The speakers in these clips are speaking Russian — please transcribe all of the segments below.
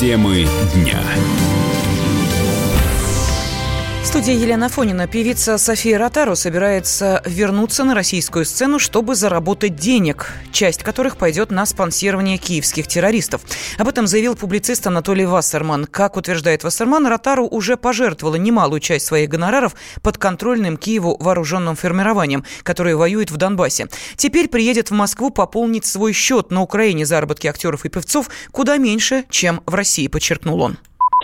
Темы дня. В студии Елена Афонина. Певица София Ротару собирается вернуться на российскую сцену, чтобы заработать денег, часть которых пойдет на спонсирование киевских террористов. Об этом заявил публицист Анатолий Вассерман. Как утверждает Вассерман, Ротару уже пожертвовала немалую часть своих гонораров подконтрольным Киеву вооруженным формированием, которые воюют в Донбассе. Теперь приедет в Москву пополнить свой счет. На Украине заработки актеров и певцов куда меньше, чем в России, подчеркнул он.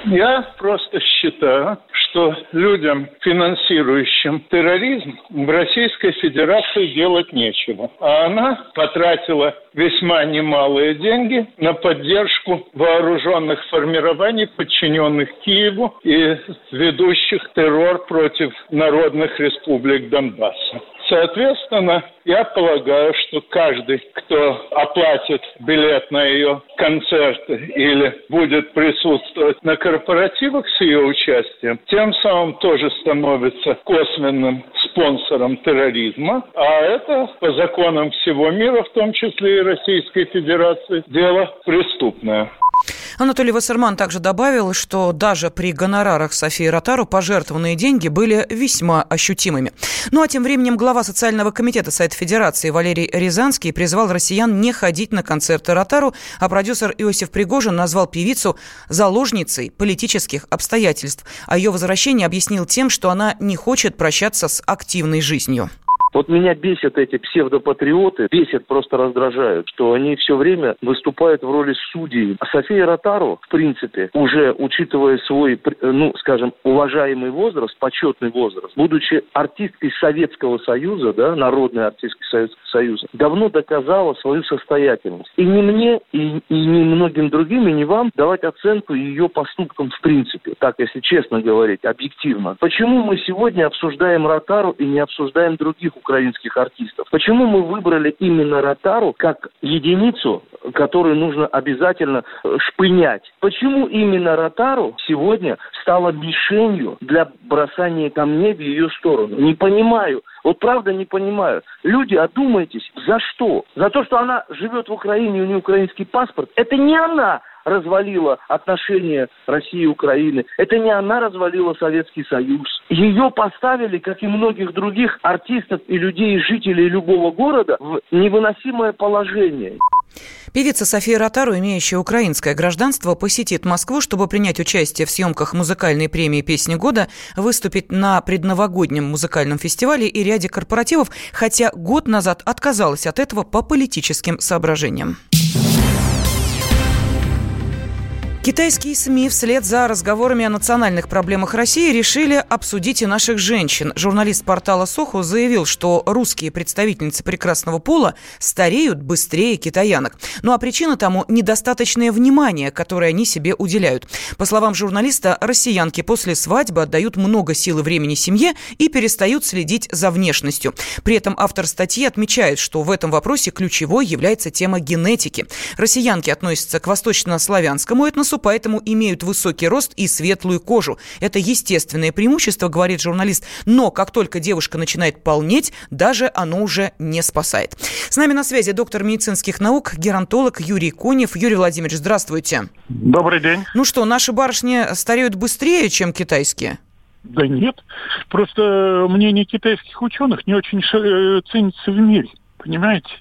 Я просто считаю, что людям, финансирующим терроризм, в Российской Федерации делать нечего. А она потратила весьма немалые деньги на поддержку вооруженных формирований, подчиненных Киеву и ведущих террор против народных республик Донбасса. Соответственно, я полагаю, что каждый, кто оплатит билет на ее концерт или будет присутствовать на корпоративах с ее участием, тем самым тоже становится косвенным спонсором терроризма. А это по законам всего мира, в том числе и Российской Федерации, дело преступное. Анатолий Вассерман также добавил, что даже при гонорарах Софии Ротару пожертвованные деньги были весьма ощутимыми. Ну а тем временем глава социального комитета Совета Федерации Валерий Рязанский призвал россиян не ходить на концерты Ротару, а продюсер Иосиф Пригожин назвал певицу заложницей политических обстоятельств. А ее возвращение объяснил тем, что она не хочет прощаться с активной жизнью. Вот меня бесят эти псевдопатриоты, просто раздражают, что они все время выступают в роли судей. А София Ротару, в принципе, уже учитывая свой, уважаемый возраст, почетный возраст, будучи артисткой Советского Союза, народной артисткой Советского Союза, давно доказала свою состоятельность. И не мне, и не многим другим, и не вам давать оценку ее поступкам в принципе. Так, если честно говорить, объективно. Почему мы сегодня обсуждаем Ротару и не обсуждаем других украинских артистов? Почему мы выбрали именно Ротару как единицу, которую нужно обязательно шпынять? Почему именно Ротару сегодня стала мишенью для бросания камней в ее сторону? Не понимаю. Вот правда не понимаю. Люди, одумайтесь. За что? За то, что она живет в Украине, у нее украинский паспорт? Это не она развалила отношения России и Украины. Это не она развалила Советский Союз. Ее поставили, как и многих других артистов и людей, жителей любого города, в невыносимое положение. Певица София Ротару, имеющая украинское гражданство, посетит Москву, чтобы принять участие в съемках музыкальной премии «Песни года», выступить на предновогоднем музыкальном фестивале и ряде корпоративов, хотя год назад отказалась от этого по политическим соображениям. Китайские СМИ вслед за разговорами о национальных проблемах России решили обсудить и наших женщин. Журналист портала «Соху» заявил, что русские представительницы прекрасного пола стареют быстрее китаянок. Ну а причина тому – недостаточное внимание, которое они себе уделяют. По словам журналиста, россиянки после свадьбы отдают много сил и времени семье и перестают следить за внешностью. При этом автор статьи отмечает, что в этом вопросе ключевой является тема генетики. Россиянки относятся к восточнославянскому этносу, поэтому имеют высокий рост и светлую кожу. Это естественное преимущество, говорит журналист. Но как только девушка начинает полнеть, даже оно уже не спасает. С нами на связи доктор медицинских наук, геронтолог Юрий Конев. Юрий Владимирович, здравствуйте. Добрый день. Ну что, наши барышни стареют быстрее, чем китайские? Да нет. Просто мнение китайских ученых не очень ценится в мире. Понимаете?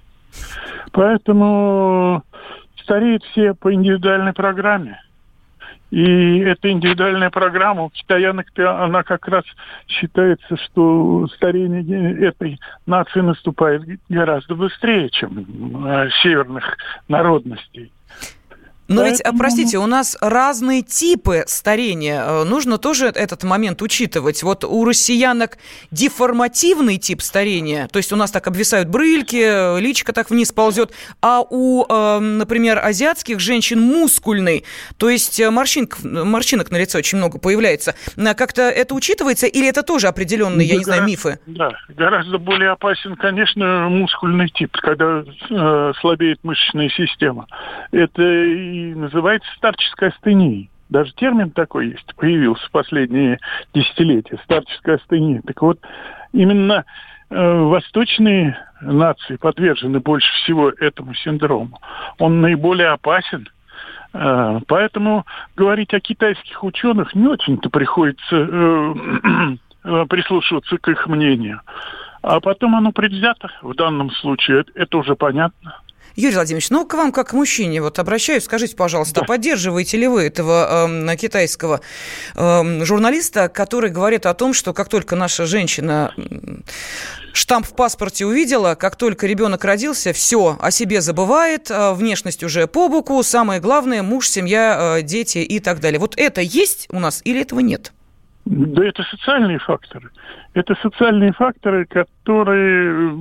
Поэтому стареют все по индивидуальной программе. И эта индивидуальная программа у китаянок-то, она как раз считается, что старение этой нации наступает гораздо быстрее, чем северных народностей. Но ведь, простите, у нас разные типы старения. Нужно тоже этот момент учитывать. Вот у россиянок деформативный тип старения, то есть у нас так обвисают брыльки, личико так вниз ползет, а у, например, азиатских женщин мускульный, то есть морщинок на лице очень много появляется. Как-то это учитывается или это тоже определенные, я не знаю, мифы? Да, гораздо более опасен, конечно, мускульный тип, когда слабеет мышечная система. Это и называется старческой астенией. Даже термин такой есть, появился в последние десятилетия. Старческая астения. Так вот, именно восточные нации подвержены больше всего этому синдрому. Он наиболее опасен Поэтому говорить о китайских ученых не очень-то приходится прислушиваться к их мнению. А потом оно предвзято в данном случае, это уже понятно. Юрий Владимирович, к вам как к мужчине обращаюсь. Скажите, пожалуйста, поддерживаете ли вы этого китайского журналиста, который говорит о том, что как только наша женщина штамп в паспорте увидела, как только ребенок родился, все, о себе забывает, внешность уже по боку, самое главное – муж, семья, дети и так далее. Вот это есть у нас или этого нет? Да это социальные факторы. Это социальные факторы, которые,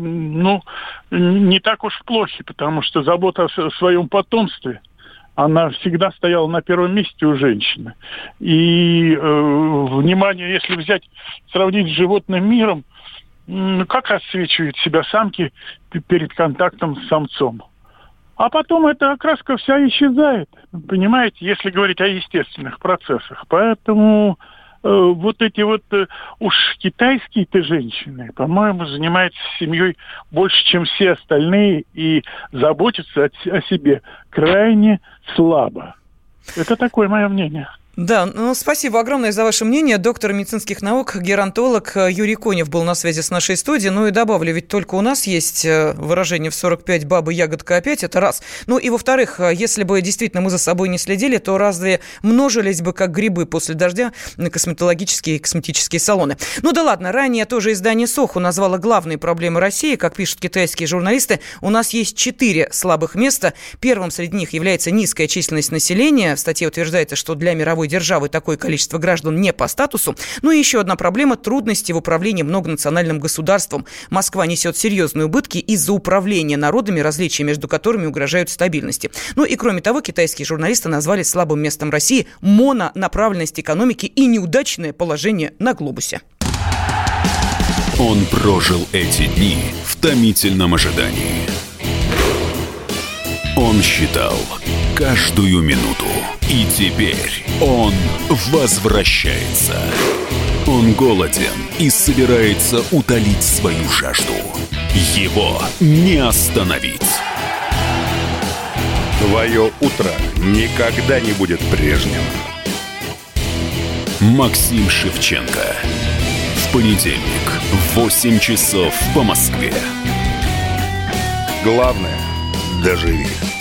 не так уж плохи, потому что забота о своем потомстве, она всегда стояла на первом месте у женщины. И внимание, если взять, сравнить с животным миром, как расцвечивают себя самки перед контактом с самцом. А потом эта окраска вся исчезает, понимаете, если говорить о естественных процессах. Поэтому эти уж китайские-то женщины, по-моему, занимаются семьей больше, чем все остальные, и заботятся о себе крайне слабо. Это такое мое мнение. Да, спасибо огромное за ваше мнение. Доктор медицинских наук, геронтолог Юрий Конев был на связи с нашей студией. И добавлю, ведь только у нас есть выражение в 45 «баба, ягодка опять», это раз. И во-вторых, если бы действительно мы за собой не следили, то разве множились бы, как грибы после дождя, косметологические и косметические салоны? Да ладно, ранее тоже издание «Соху» назвало главной проблемой России, как пишут китайские журналисты, у нас есть 4 слабых места. Первым среди них является низкая численность населения. В статье утверждается, что для мировой державы такое количество граждан не по статусу. И еще одна проблема – трудности в управлении многонациональным государством. Москва несет серьезные убытки из-за управления народами, различия между которыми угрожают стабильности. И кроме того, китайские журналисты назвали слабым местом России мононаправленность экономики и неудачное положение на глобусе. Он прожил эти дни в томительном ожидании. Он считал каждую минуту. И теперь он возвращается. Он голоден и собирается утолить свою жажду. Его не остановить. Твое утро никогда не будет прежним. Максим Шевченко. В понедельник в 8 часов по Москве. Главное – доживи.